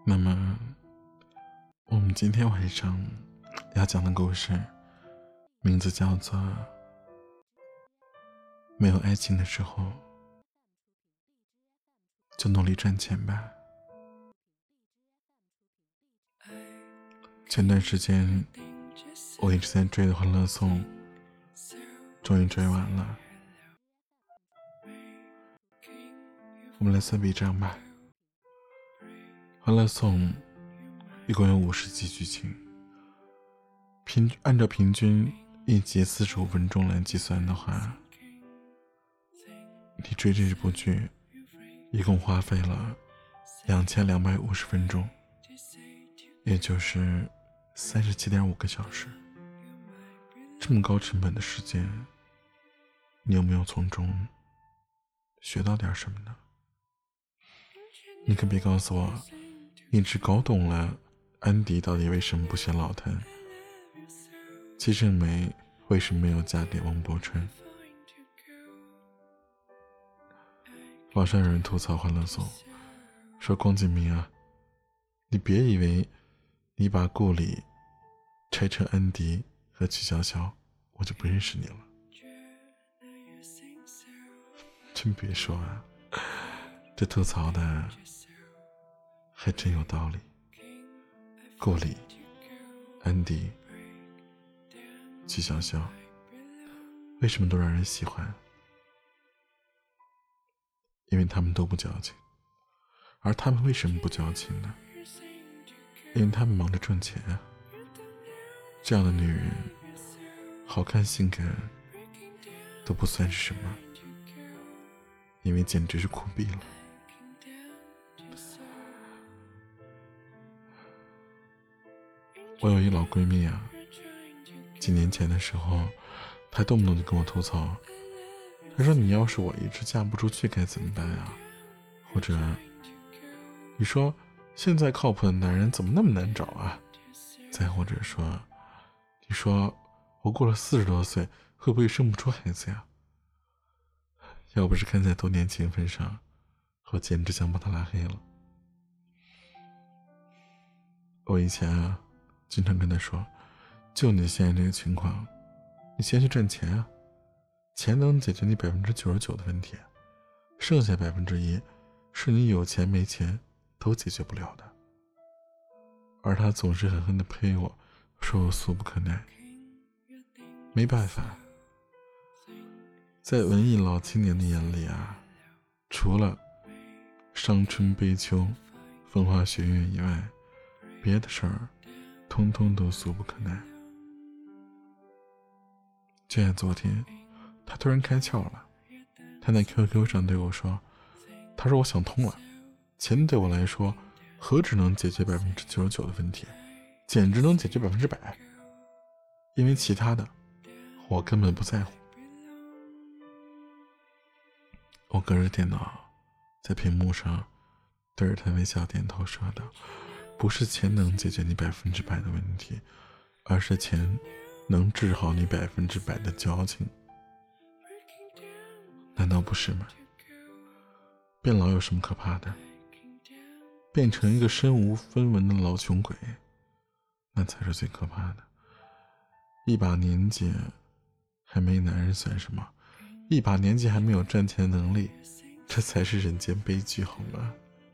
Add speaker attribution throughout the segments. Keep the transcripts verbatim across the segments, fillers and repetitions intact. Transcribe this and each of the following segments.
Speaker 1: 那么我们今天晚上要讲的故事名字叫做没有爱情的时候就努力赚钱吧。前段时间我一直在追的欢乐颂终于追完了，我们来算笔账吧。欢乐颂一共有五十集剧情，平按照平均一集四十五分钟来计算的话，你追这部剧一共花费了两千两百五十分钟，也就是三十七点五个小时。这么高成本的时间，你有没有从中学到点什么呢？你可别告诉我你只搞懂了安迪到底为什么不选老谭，季正梅为什么没有嫁给王柏川。网上有人吐槽欢乐颂，说龚敬明啊，你别以为你把顾里拆成安迪和曲筱绡，我就不认识你了。真别说啊，这吐槽的还真有道理。顾里、安迪、曲筱绡为什么都让人喜欢？因为他们都不矫情。而他们为什么不矫情呢？因为他们忙着赚钱啊。这样的女人好看性感都不算是什么，因为简直是苦逼了。我有一老闺蜜啊，几年前的时候她动不动就跟我吐槽，她说你要是我一直嫁不出去该怎么办啊？或者你说现在靠谱的男人怎么那么难找啊？再或者说你说我过了四十多岁会不会生不出孩子呀？要不是看在多年情分上，我简直想把他拉黑了。我以前啊经常跟他说，就你现在这个情况，你先去赚钱啊，钱能解决你 百分之九十九 的问题，剩下 百分之一 是你有钱没钱都解决不了的。而他总是狠狠地呸我，说我俗不可耐。没办法，在文艺老青年的眼里啊，除了伤春悲秋、风花雪月以外，别的事儿通通都俗不可耐。就在昨天，他突然开窍了，他在 Q Q 上对我说，他说我想通了，钱对我来说何止能解决 百分之九十九 的问题，简直能解决 百分之百， 因为其他的我根本不在乎。我隔着电脑在屏幕上对着他微笑点头说道，不是钱能解决你百分之百的问题，而是钱能治好你百分之百的矫情。难道不是吗？变老有什么可怕的？变成一个身无分文的老穷鬼，那才是最可怕的。一把年纪还没男人算什么，一把年纪还没有赚钱的能力，这才是人间悲剧好吗？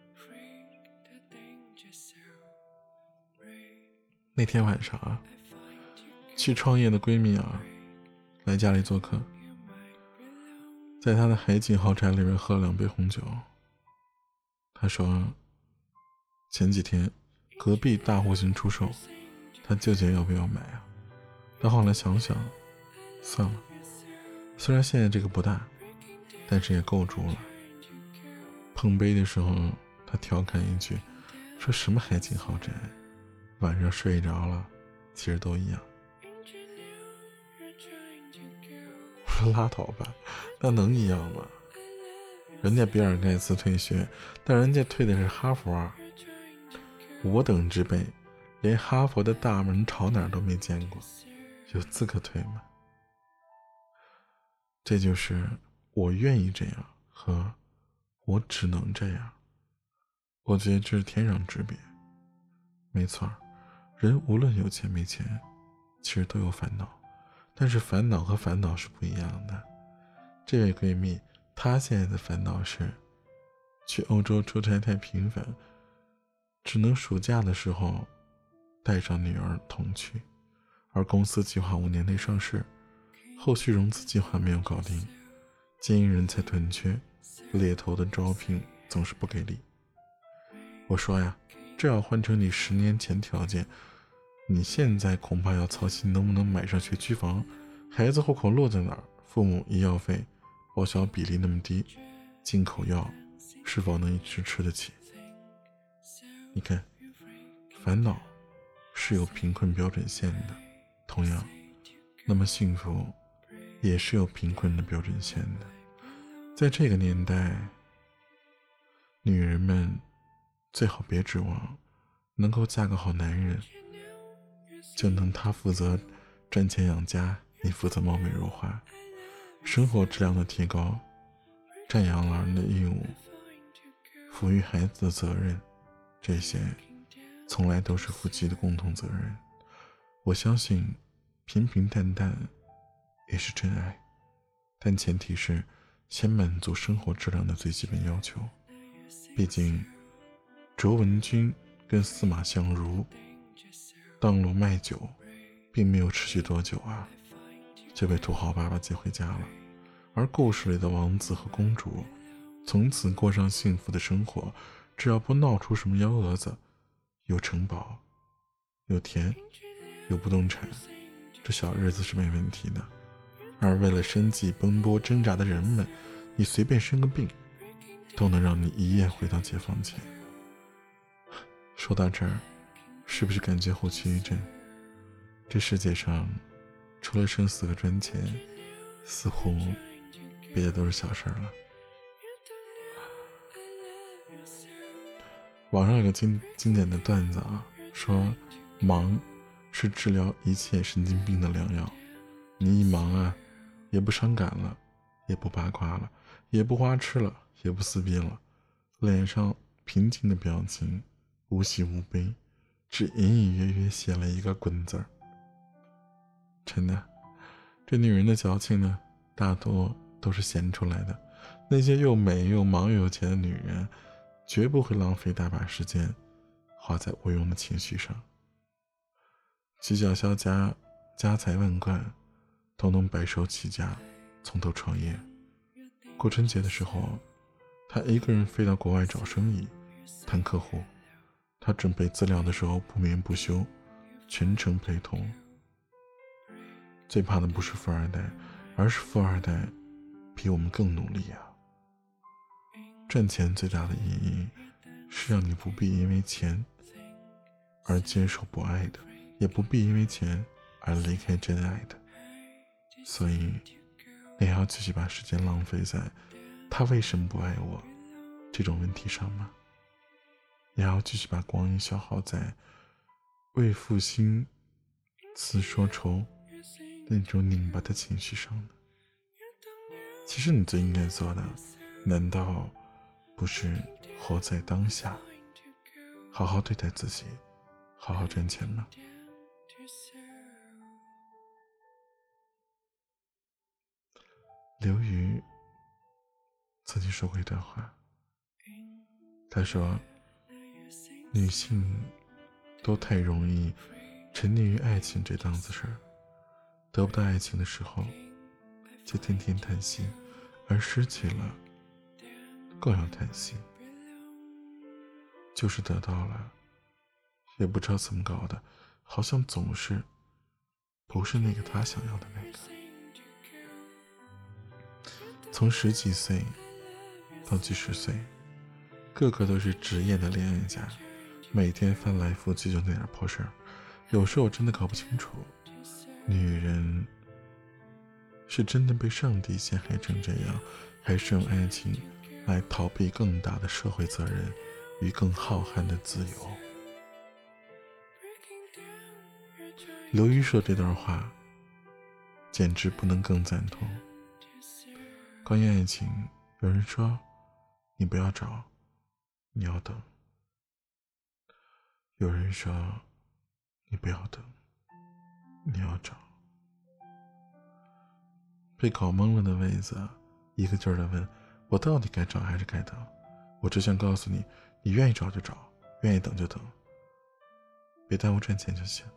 Speaker 1: 那天晚上啊，去创业的闺蜜啊来家里做客，在她的海景豪宅里面喝了两杯红酒。她说前几天隔壁大户型出售，她究竟要不要买啊？但后来想想算了，虽然现在这个不大，但是也够住了。碰杯的时候她调侃一句，说什么海景豪宅，晚上睡着了其实都一样。我说拉倒吧，那能一样吗？人家比尔盖茨退学，但人家退的是哈佛，我等之辈连哈佛的大门朝哪都没见过，有资格退吗？这就是我愿意这样和我只能这样，我觉得这是天壤之别。 没错，人无论有钱没钱，其实都有烦恼，但是烦恼和烦恼是不一样的。这位闺蜜，她现在的烦恼是去欧洲出差太频繁，只能暑假的时候带上女儿同去，而公司计划五年内上市，后续融资计划没有搞定，经营人才短缺，猎头的招聘总是不给力。我说呀，这要换成你十年前条件，你现在恐怕要操心能不能买上学区房，孩子户口落在哪儿，父母医药费报销比例那么低，进口药是否能一直吃得起。你看，烦恼是有贫困标准线的，同样，那么幸福也是有贫困的标准线的。在这个年代，女人们最好别指望能够嫁个好男人，就能他负责赚钱养家，你负责貌美如花。生活质量的提高，赡养老人的义务，抚育孩子的责任，这些从来都是夫妻的共同责任。我相信平平淡淡也是真爱，但前提是先满足生活质量的最基本要求。毕竟卓文君跟司马相如当路卖酒并没有持续多久啊，就被土豪爸爸接回家了。而故事里的王子和公主从此过上幸福的生活，只要不闹出什么幺蛾子，有城堡，有田，有不动产，这小日子是没问题的。而为了生计奔波挣扎的人们，你随便生个病都能让你一夜回到解放前。说到这儿，是不是感觉后气一阵？这世界上除了生死和赚钱，似乎别的都是小事了。网上有个经经典的段子啊，说忙是治疗一切神经病的良药。你一忙啊，也不伤感了，也不八卦了，也不花痴了，也不撕逼了，脸上平静的表情，无喜无悲，只隐隐约约写了一个滚字儿。真的，这女人的矫情呢，大多都是闲出来的。那些又美又忙又有钱的女人，绝不会浪费大把时间花在无用的情绪上。齐小潇家家财万贯，都能白手起家，从头创业。过春节的时候，他一个人飞到国外找生意，谈客户。他准备资料的时候不眠不休，全程陪同。最怕的不是富二代，而是富二代比我们更努力啊！赚钱最大的意义是让你不必因为钱而接受不爱的，也不必因为钱而离开真爱的。所以你还要继续把时间浪费在他为什么不爱我这种问题上吗？也要继续把光阴消耗在为赋新词说愁那种拧巴的情绪上呢？其实你最应该做的，难道不是活在当下，好好对待自己，好好赚钱吗？刘瑜曾经说过一段话，他说女性都太容易沉溺于爱情这档子事儿，得不到爱情的时候就天天叹息，而失去了更要叹息。就是得到了，也不知道怎么搞的，好像总是不是那个他想要的那个。从十几岁到几十岁，个个都是职业的恋爱家，每天翻来覆去就那点破事儿。有时候我真的搞不清楚，女人是真的被上帝陷害成这样，还是用爱情来逃避更大的社会责任与更浩瀚的自由。刘瑜说这段话简直不能更赞同。关于爱情，有人说你不要找，你要等。 有人说，你不要等，你要找。被搞懵了的位子一个劲儿地问，我到底该找还是该等？我只想告诉你，你愿意找就找，愿意等就等，别耽误赚钱就行。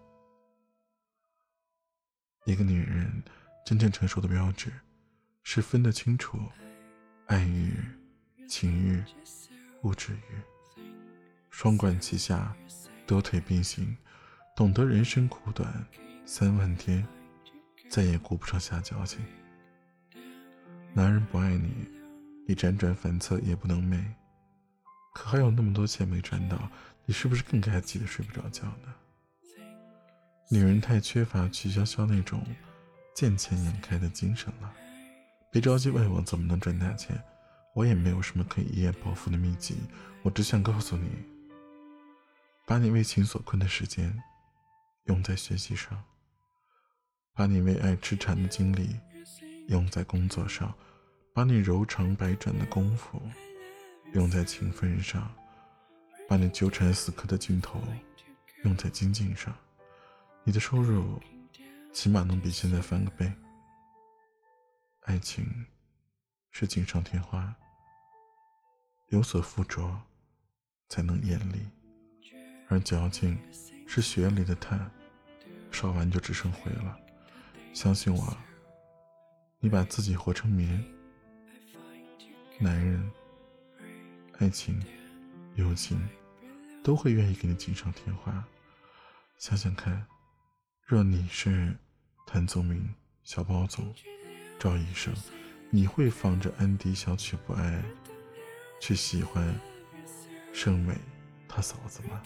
Speaker 1: 一个女人真正成熟的标志是分得清楚爱欲、情欲、物质欲，双管齐下，多腿并行，懂得人生苦短，三万天，再也顾不上瞎矫情。男人不爱你，你辗转反侧也不能寐，可还有那么多钱没赚到，你是不是更该急得睡不着觉呢？女人太缺乏曲筱绡那种见钱眼开的精神了。别着急问我怎么能赚大钱，我也没有什么可以一夜暴富的秘籍，我只想告诉你，把你为情所困的时间用在学习上，把你为爱痴缠的精力用在工作上，把你柔肠百转的功夫用在情分上，把你纠缠死磕的劲头用在精进上，你的收入起码能比现在翻个倍。爱情是锦上添花，有所附着才能艳丽，而矫情是血里的碳，烧完就只剩灰了。相信我，你把自己活成棉，男人、爱情、友情都会愿意给你锦上添花。想想看，若你是谭宗明、小包总、赵医生，你会放着安迪小曲不爱去喜欢盛美他嫂子吗？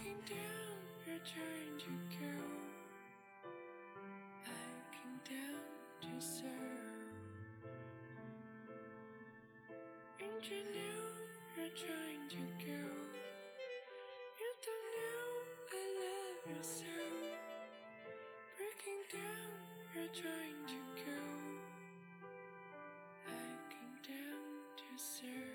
Speaker 2: You're trying to go, I came down to serve.